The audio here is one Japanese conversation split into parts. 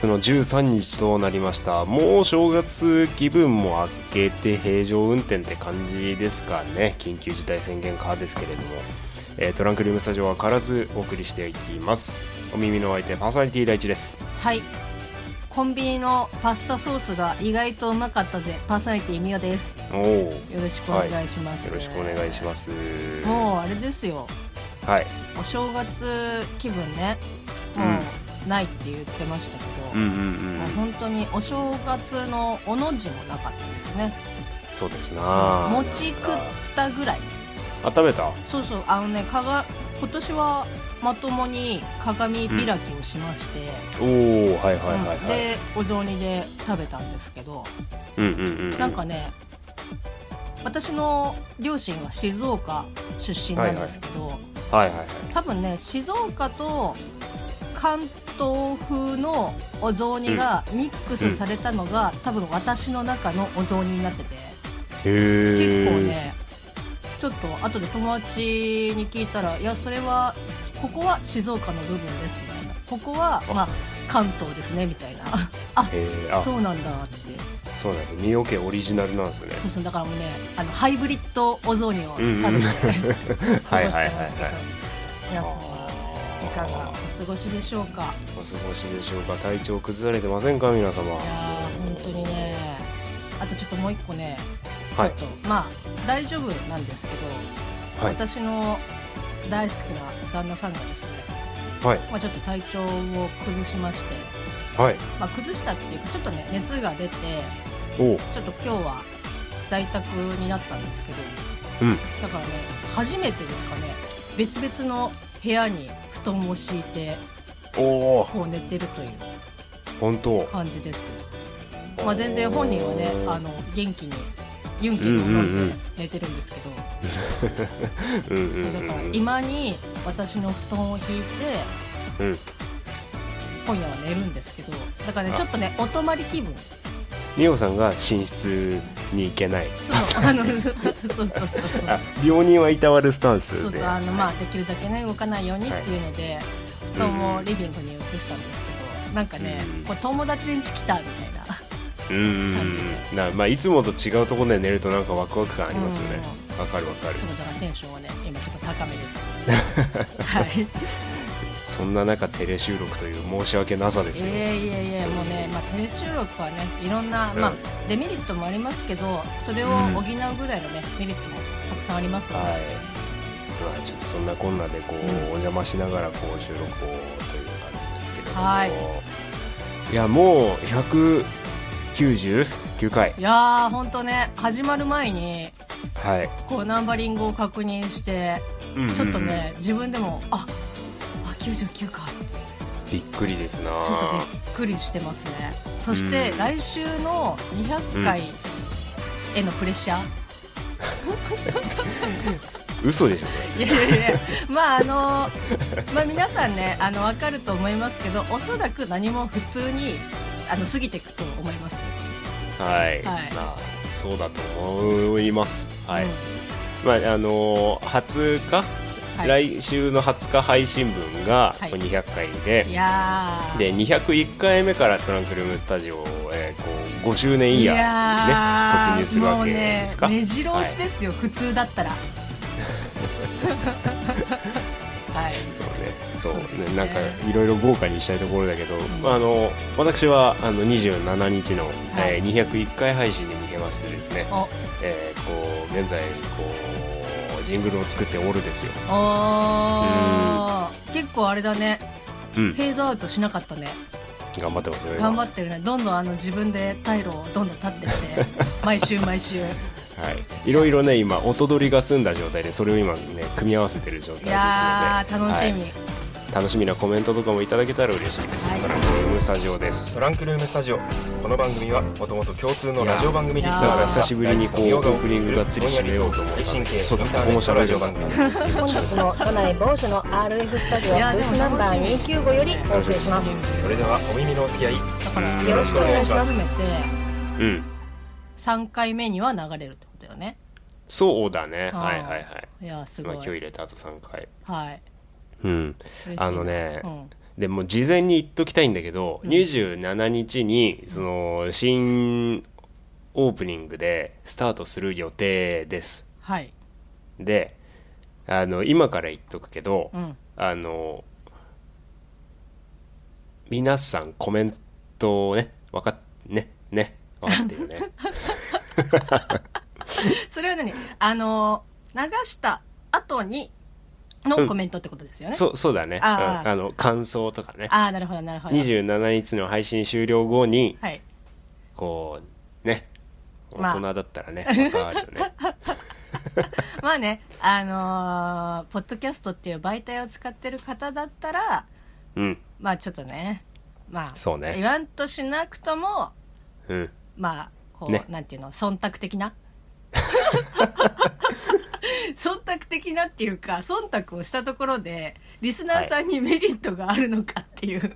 月の13日となりました。もう正月気分も明けて平常運転って感じですかね。緊急事態宣言下ですけれども、トランクルームスタジオは変わらずお送りしていきます。お耳の相手パーソナリティ第一です。 はい、コンビニのパスタソースが意外とうまかったぜ、パーソナリティみよです。よろしくお願いします、 よろしくお願いします。 もうあれですよ、 はい、 お正月気分ね、もうないって言ってましたけど、本当にお正月のおの字もなかったですね。 そうですな、 餅食ったぐらい。 あ、食べた。 そうそう、今年はまともに鏡開きをしまして、でお雑煮で食べたんですけど、なんかね、私の両親は静岡出身なんですけど、多分ね、静岡と関東風のお雑煮がミックスされたのが、多分私の中のお雑煮になってて、結構ね、ちょっと後で友達に聞いたら、いや、それはここは静岡の部分ですみたいな、ここはまあ関東ですねみたいなそうなんだって。 そうなんです。三重県オリジナルなんですね。 そうそう、だからもうね、ハイブリッドお雑煮を食べて過ごしてますけど、皆さんはいかがお過ごしでしょうか。 お過ごしでしょうか。体調崩されてませんか皆様。いや本当にね。あとちょっともう一個ね、ちょっとまあ大丈夫なんですけど、私の大好きな旦那さんがですね、ちょっと体調を崩しまして、崩したっていうか、ちょっとね、熱が出て、ちょっと今日は在宅になったんですけど、だからね、初めてですかね、別々の部屋に布団を敷いてこう寝てるという感じです。まあ、全然本人はね、元気にユンケルを飲んで寝てるんですけど、だから今に私の布団を引いて、今夜は寝るんですけど、だからね、ちょっとね、お泊まり気分。 みおさんが寝室に行けない。 そう病人はいたわるスタンスで、 そうそう、まあ、できるだけね動かないようにっていうので、布団をリビングに移したんですけど、なんかね、こう友達ん家来たみたいな。 まあ、いつもと違うところで寝るとなんかワクワク感ありますよね。わかる。 だからテンションはね、今ちょっと高めです。はい。 そんな中テレ収録という申し訳なさですよ。 もうね、まあ、テレ収録はね、いろんな、まあ、デメリットもありますけど、それを補うぐらいのね、メリットもたくさんありますので、 ちょっとそんなこんなでこう、お邪魔しながらこう収録をという感じですけれども、いや、もう199回。 いやー、ほんとね、始まる前に、こうナンバリングを確認して、ちょっとね、自分でも99か、 びっくりですな。 ちょっとびっくりしてますね。そして来週の200回へのプレッシャー、 嘘でしょこれ。 いやまあ皆さんね、分かると思いますけど、おそらく何も普通に過ぎていくと思います。まあ、そうだと思います。まあ、20日、来週の20日配信分が200回で、で201回目からトランクルームスタジオ、5周年イヤーに、突入するわけですか。 もうね、目白押しですよ、普通だったら。 そうね、なんかいろいろ豪華にしたいところだけど、私は27日の、201回配信に向けましてですね、現在ジングルを作っておるですよ。 結構あれだね、フェードアウトしなかったね。 頑張ってますよ。 頑張ってるね。どんどん自分で退路をどんどん立ってって毎週いろいろね、今音取りが済んだ状態で、それを今ね組み合わせてる状態ですので、いやー、楽しみ、 楽しみなコメントとかもいただけたら嬉しいです。トランクルームスタジオです。 トランクルームスタジオ、この番組はもともと共通のラジオ番組リスナーが久しぶりにこうオープニングがっつり締めようと思ったので、そうだ、ここもシャラジオ番組本日も都内某所の RF スタジオブースナンバー295よりお送りします。 それではお耳のお付き合いよろしくお願いします。 3回目には流れるってことだよね。 そうだね。いや、 すごい。 今日入れたあと3回。 はい。 ね、 でも事前に言っときたいんだけど、27日にその新オープニングでスタートする予定です。 はい。 で、今から言っとくけど、皆さんコメントをね、分かってるよね。 それは何？流した後にのコメントってことですよね。 そうだね。感想とかね。 なるほどなるほど。 27日の配信終了後に、 はい、 こうね、大人だったらね、分かるよね。 まあね、ポッドキャストっていう媒体を使ってる方だったら、まあちょっとね、まあそうね、 言わんとしなくとも、まあこう、 ね、 なんていうの、忖度的な忖度的なっていうか、忖度をしたところでリスナーさんにメリットがあるのかっていう、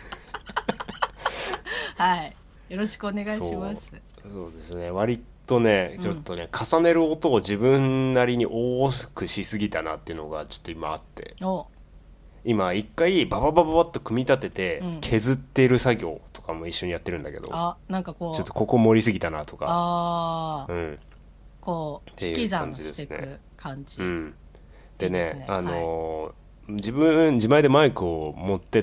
はい、よろしくお願いします。 そうですね、割とね、ちょっとね、重ねる音を自分なりに多くしすぎたなっていうのがちょっと今あって、今一回バババババッと組み立てて削ってる作業とかも一緒にやってるんだけど、 なんかこうちょっとここ盛りすぎたなとか、 こう引き算していく感じでね、自前でマイクを持ってって、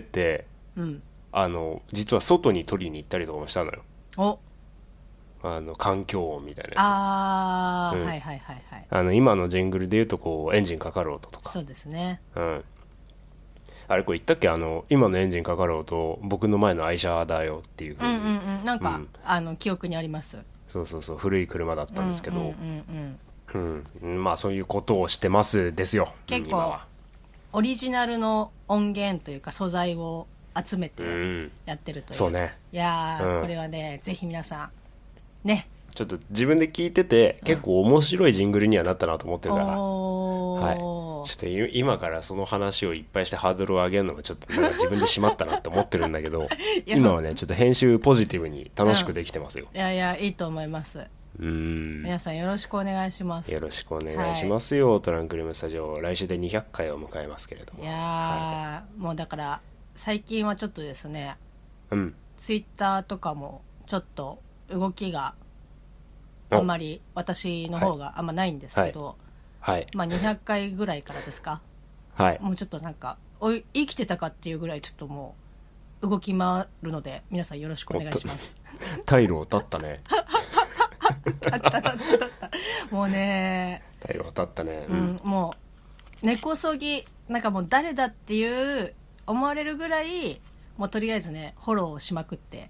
実は外に取りに行ったりとかもしたのよ。環境音みたいなやつ。今のジングルでいうとこうエンジンかかる音とか。 そうですね。 あれこれ言ったっけ、今のエンジンかかる音僕の前の愛車だよっていう風に、 なんか、記憶にあります。 そう古い車だったんですけど、まあそういうことをしてますですよ。 結構オリジナルの音源というか素材を集めてやってるという、 そうね。 いやこれはね、ぜひ皆さんね、 ちょっと自分で聞いてて結構面白いジングルにはなったなと思ってるから、はい、ちょっと今からその話をいっぱいしてハードルを上げるのもちょっとなんか自分でしまったなって思ってるんだけど今はねちょっと編集ポジティブに楽しくできてますよ。 いやいいと思います。皆さんよろしくお願いします。 よろしくお願いしますよ、トランクルームスタジオ来週で200回を迎えますけれども、 いや、もうだから最近はちょっとですね、ツイッターとかもちょっと動きがあんまり私の方があんまないんですけど、まあ200回ぐらいからですか、もうちょっとなんか生きてたかっていうぐらいちょっともう動き回るので皆さんよろしくお願いします。 退路を断ったね。 立ったもうね、 退路を断ったね、 もう根こそぎなんかもう誰だっていう思われるぐらい、もうとりあえずねフォローをしまくって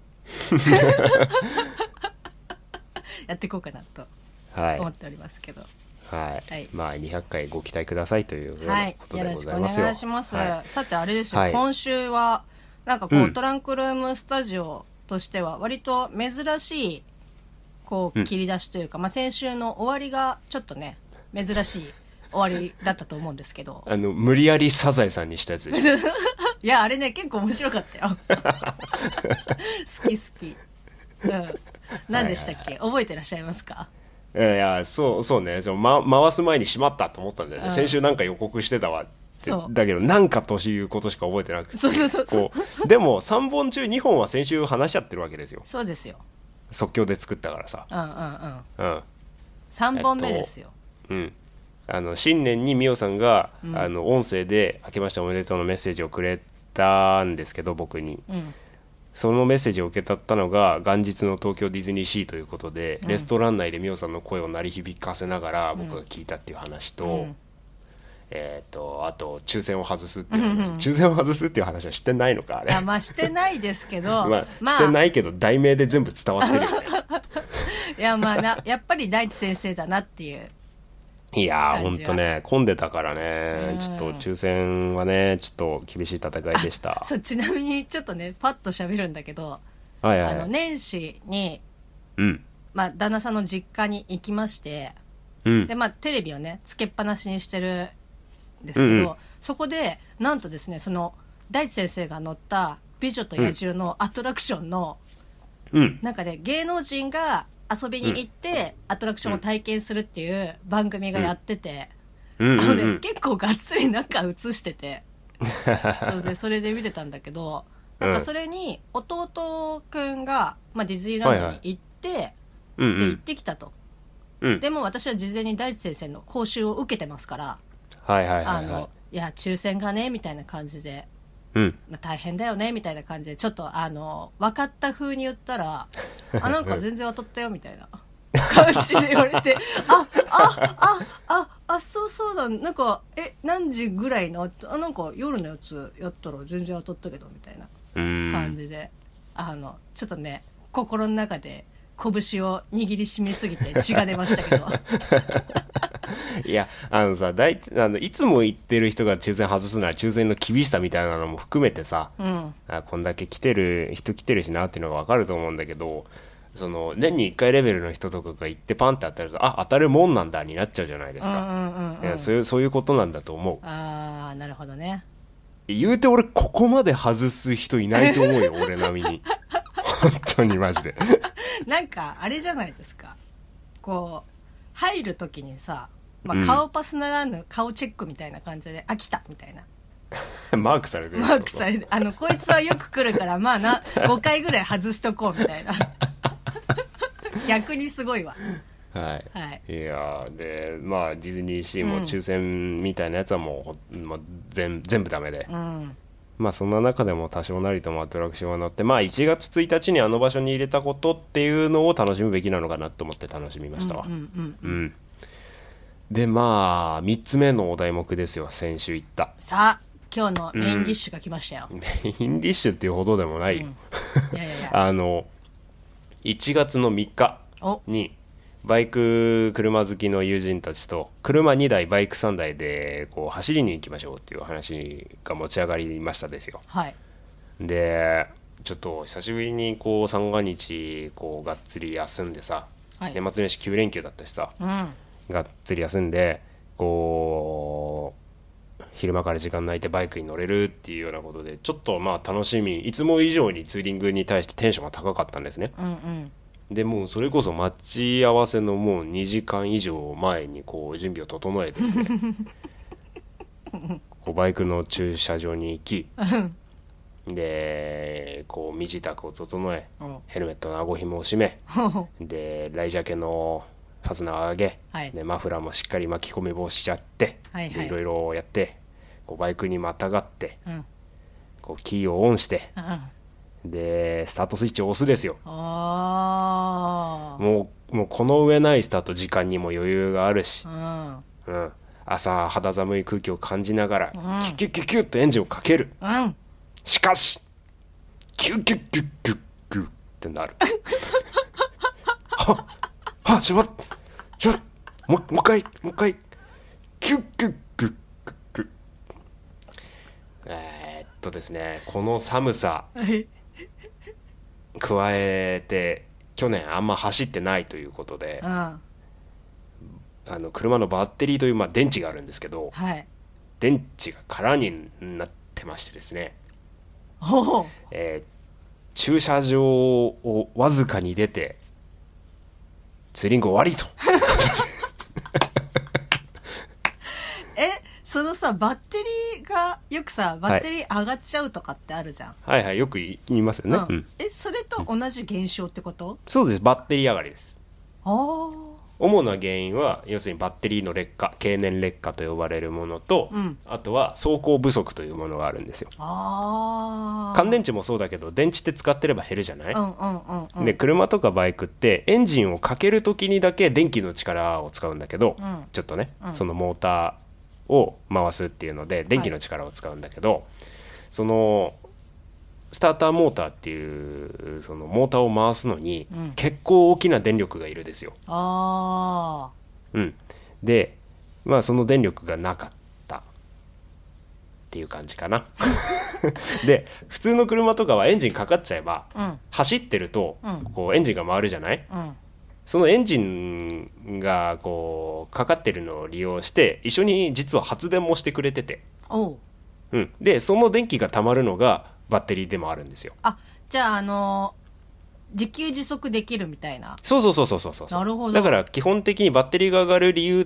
やっていこうかなと思っておりますけど、まあ200回ご期待くださいというようなことでございますよ。 よろしくお願いします。さてあれですよ、今週はなんかこう、トランクルームスタジオとしては割と珍しいこう切り出しというか、先週の終わりがちょっとね珍しい終わりだったと思うんですけど無理やりサザエさんにしたやつでしょ。 いやあれね結構面白かったよ。好き、何でしたっけ、覚えてらっしゃいますか？ いやそうね、回す前にしまったと思ったんだよね、先週なんか予告してたわって。だけどなんかということしか覚えてなくて、でも3本中2本は先週話しちゃってるわけですよ。そうですよ、即興で作ったからさ。 3本目ですよ。 新年にみおさんが、音声で明けましておめでとうのメッセージをくれたんですけど僕に、そのメッセージを受け取ったのが元日の東京ディズニーシーということで、レストラン内でみおさんの声を鳴り響かせながら僕が聞いたっていう話と、あと抽選を外すっていう話、抽選を外すっていう話はしてないのかあれ。 してないですけどしてないけど題名で全部伝わってるよね。 いややっぱり大地先生だなっていう。 いやーほんとね混んでたからね、ちょっと抽選はねちょっと厳しい戦いでした。 ちなみにちょっとねパッと喋るんだけど、年始に、旦那さんの実家に行きまして、でテレビをねつけっぱなしにしてるんですけど、そこでなんとですねその大地先生が乗った美女と野獣のアトラクションの、なんかね芸能人が遊びに行ってアトラクションを体験するっていう番組がやってて、結構がっつり中映してて、 そうでそれで見てたんだけど、なんかそれに弟くんが、まあ、ディズニーランドに行って、で行ってきたと、でも私は事前に大地先生の講習を受けてますから、いや抽選がねみたいな感じで、まあ、大変だよねみたいな感じでちょっと分かった風に言ったらなんか全然当たったよみたいな感じで言われてそうだ、なんか何時ぐらいのなんか夜のやつやったら全然当たったけどみたいな感じで、ちょっとね心の中で拳を握りしめすぎて血が出ましたけどいやさいつも言ってる人が抽選外すなら抽選の厳しさみたいなのも含めてさ、こんだけ来てるしなっていうのが分かると思うんだけど、その年に1回レベルの人とかが行ってパンって当たると当たるもんなんだになっちゃうじゃないですか。そういうことなんだと思う。 なるほどね。 言うて俺ここまで外す人いないと思うよ俺並みに本当にマジでなんかあれじゃないですか、こう入る時にさ、まあ、顔パスならぬ顔チェックみたいな感じで来たみたいなマークされてる、 マークされてこいつはよく来るからまあ5回ぐらい外しとこうみたいな逆にすごいわ。 はい、いやでまあディズニーシーも抽選みたいなやつはもう、全部ダメで、まあそんな中でも多少なりともアトラクションが乗って、まあ1月1日にあの場所に入れたことっていうのを楽しむべきなのかなと思って楽しみましたわ。でまあ3つ目のお題目ですよ。先週言ったさあ今日のメインディッシュが来ましたよ。 メインディッシュっていうほどでもないよ、 いや 1月の3日にバイク車好きの友人たちと車2台バイク3台でこう走りに行きましょうっていう話が持ち上がりましたですよ。でちょっと久しぶりにこう三が日こうがっつり休んでさ、年末年始9連休だったしさ、がっつり休んでこう昼間から時間ないてバイクに乗れるっていうようなことでちょっとまあ楽しみ、いつも以上にツーリングに対してテンションが高かったんですね。でもうそれこそ待ち合わせのもう2時間以上前にこう準備を整えですねこうバイクの駐車場に行きでこう身支度を整えヘルメットの顎ひもを締めでライジャケのファスナーを上げ、でマフラーもしっかり巻き込み防止しちゃって、でいろいろやってこうバイクにまたがって、こうキーをオンして、でスタートスイッチを押すですよ。もうこの上ないスタート時間にも余裕があるし、朝肌寒い空気を感じながら、キュッキュッキュッキュッとエンジンをかける、しかしキュッキュッキュッキュッキュッってなるしまっもう一回キュッキュッキュッキュッですね、この寒さ加えて去年あんま走ってないということで、車のバッテリーという、まあ、電池があるんですけど、電池が空になってましてですね、駐車場をわずかに出てツーリング終わりとそのさバッテリーがよくさバッテリー上がっちゃうとかってあるじゃん。 よく言いますよね。 それと同じ現象ってこと？ そうです、バッテリー上がりです。主な原因は要するにバッテリーの劣化、経年劣化と呼ばれるものと、あとは走行不足というものがあるんですよ。乾電池もそうだけど電池って使ってれば減るじゃない。で車とかバイクってエンジンをかける時にだけ電気の力を使うんだけど、ちょっとね、そのモーターを回すっていうので電気の力を使うんだけど、そのスターターモーターっていうそのモーターを回すのに結構大きな電力がいるですよ。でまあその電力がなかったっていう感じかなで普通の車とかはエンジンかかっちゃえば、走ってるとこうエンジンが回るじゃない。そのエンジンがこうかかってるのを利用して一緒に実は発電もしてくれてて、でその電気がたまるのがバッテリーでもあるんですよ。 じゃあ自給自足できるみたいな。 そう。 なるほど。 だから基本的にバッテリーが上がる理由って、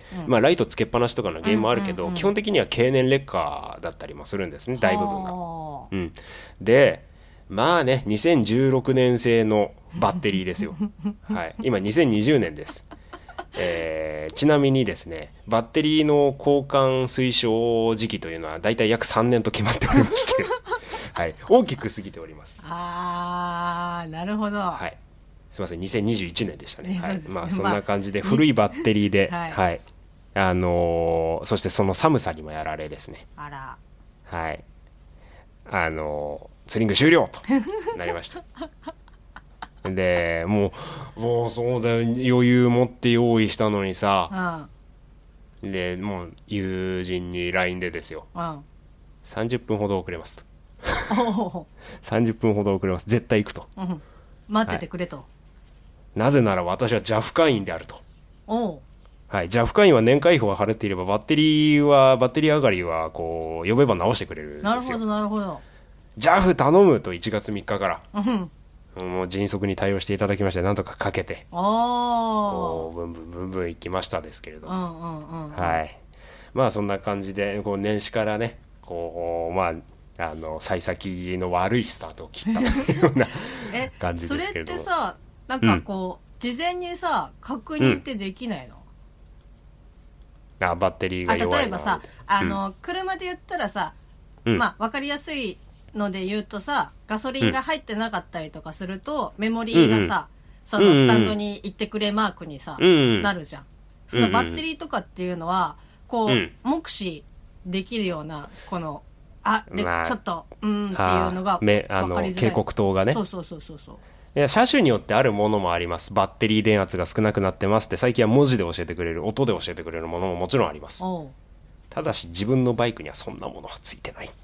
まあライトつけっぱなしとかの原因もあるけど、基本的には経年劣化だったりもするんですね、大部分が。で、まあね、2016年製のバッテリーですよ。はい、今2020年です。ちなみにですね、バッテリーの交換推奨時期というのはだいたい約3年と決まっておりましてはい、大きく過ぎております。 なるほど。 はい、すみません、2021年でしたね。はい、まあそんな感じで古いバッテリーで、はい、そしてその寒さにもやられですね。はい、ツーリング終了となりましたでもうそうだよ、余裕持って用意したのにさ、でもう友人に LINE でですよ、30分ほど遅れますと30分ほど遅れます、絶対行くと、 待っててくれと、 なぜなら私は JAF 会員であると。はい、JAF 会員は年会費を払っていればバッテリー上がりはこう呼べば直してくれるんですよ。 なるほど。 JAF 頼むと1月3日から、もう迅速に対応していただきまして、なんとかかけてこうブンブン行きましたですけれども、はい、まあそんな感じでこう年始からね、こうまあ幸先の悪いスタートを切ったというような感じですけれども。 それってさ、なんかこう、事前にさ確認ってできないの？ バッテリーが弱いな。 例えばさ、車で言ったらさ、まあ分かりやすいので言うとさ、ガソリンが入ってなかったりとかすると、メモリーがさ、そのスタンドに行ってくれマークにさ、なるじゃん。そのバッテリーとかっていうのはこう、目視できるようなこのちょっとっていうのが分かりづらい。 警告灯がね。 そう。 いや、車種によってあるものもあります。バッテリー電圧が少なくなってますって最近は文字で教えてくれる、音で教えてくれるものももちろんあります。ただし自分のバイクにはそんなものはついてない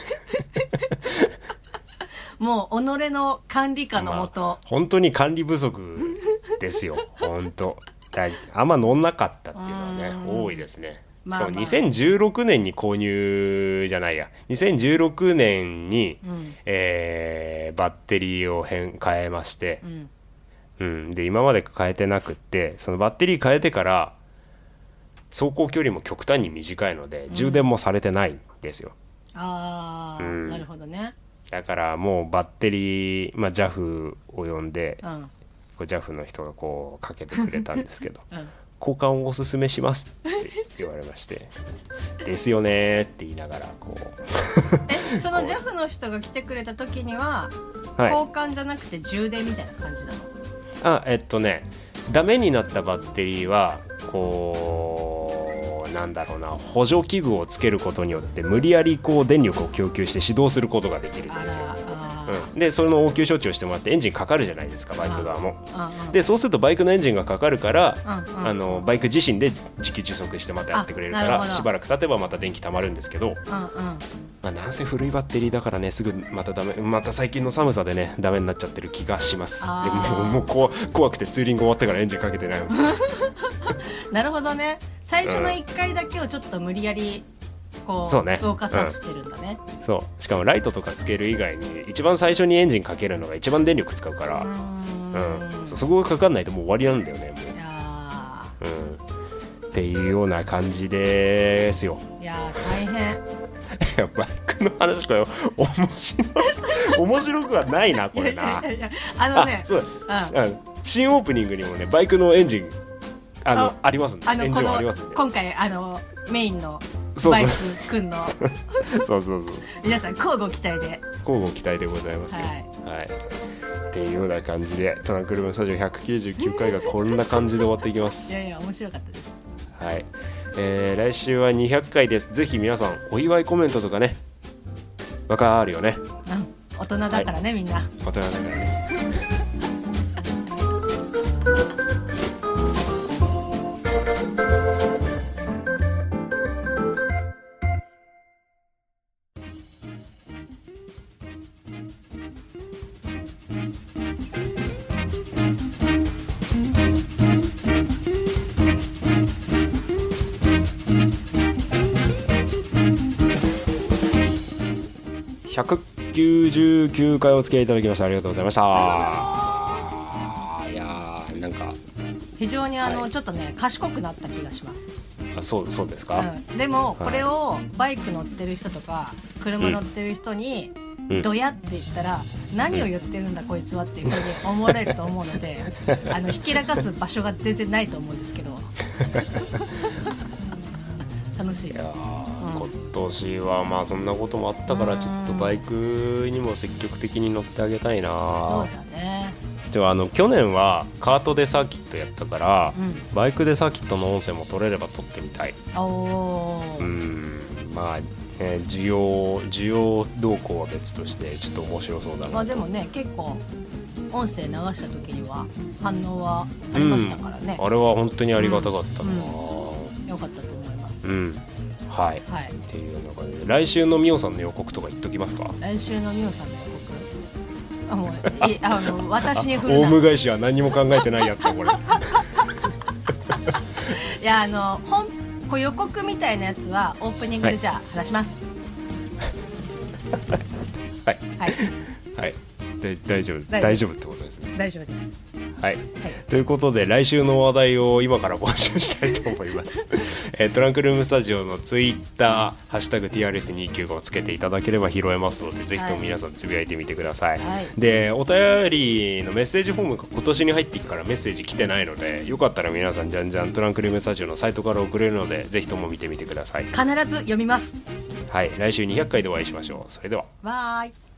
もう己の管理下のもと、 本当に管理不足ですよ本当あんま乗んなかったっていうのはね多いですね。しかも2016年に購入じゃないや、2016年に、バッテリーを変えまして、で今まで変えてなくって、そのバッテリー変えてから走行距離も極端に短いので、充電もされてないんですよ。 なるほどね。 だからもうバッテリー、JAF を呼んで、JAF の人がこうかけてくれたんですけど、交換をおすすめしますって言われましてですよねって言いながらこうその JAF の人が来てくれた時には、交換じゃなくて充電みたいな感じなの？ ダメになったバッテリーはこうなんだろうな、補助器具をつけることによって無理やりこう電力を供給して始動することができるんですよ。でその応急処置をしてもらってエンジンかかるじゃないですか、バイク側も。でそうするとバイクのエンジンがかかるから、バイク自身で自給自足してまたやってくれるから、しばらく経てばまた電気たまるんですけど、なんせ古いバッテリーだからね、すぐまたまた最近の寒さでねダメになっちゃってる気がします。でもう怖くてツーリング終わってからエンジンかけてないなるほどね。最初の1回だけをちょっっと無理やりこう動かさせてるんだね、 そうしかもライトとかつける以外に一番最初にエンジンかけるのが一番電力使うから、そこがかかんないともう終わりなんだよねもう、っていうような感じですよ。 いや大変バイクの話かよ面白くはないなこれな。そうだ、新オープニングにもねバイクのエンジンありますんで、エンジンはありますんで、 今回メインのバイクくんのそう皆さん交互期待でございますよ。はい、っていうような感じでトランクルームスタジオ199回がこんな感じで終わっていきます。 いや面白かったです。 はい、来週は200回です。ぜひ皆さんお祝いコメントとかね、わかるよね、 大人だからね、みんな大人だからね199回お付き合いいただきましてありがとうございました。 非常にちょっとね賢くなった気がします。 そうですか、 でもこれをバイク乗ってる人とか車乗ってる人にドヤって言ったら、何を言ってるんだこいつはっていうふうに思われると思うのでひきらかす場所が全然ないと思うんですけど楽しいです。 今年はまあそんなこともあったから、ちょっとバイクにも積極的に乗ってあげたいな。 そうだね。 では去年はカートでサーキットやったから、バイクでサーキットの音声も取れれば撮ってみたい。まあ、需要動向は別としてちょっと面白そうだな。 まあでもね結構音声流した時には反応はありましたからね、 あれは本当にありがたかったな、 よかったと思います。 はい、っていう中で来週のミオさんの予告とか言っときますか。 来週のミオさんの予告、もう私に振るな。 オウム返しは何も考えてないやつだこれいやこう予告みたいなやつはオープニングでじゃあ話します。 はいで大丈夫ってことですね。 大丈夫です。 はい、ということで来週の話題を今から募集したいと思いますトランクルームスタジオのツイッターハッシュタグ TRS295 をつけていただければ拾えますので、ぜひとも皆さんつぶやいてみてください。でお便りのメッセージフォームが今年に入ってからメッセージ来てないので、よかったら皆さんじゃんじゃんトランクルームスタジオのサイトから送れるので、ぜひとも見てみてください。 必ず読みます。 はい、来週200回でお会いしましょう。それではバイ。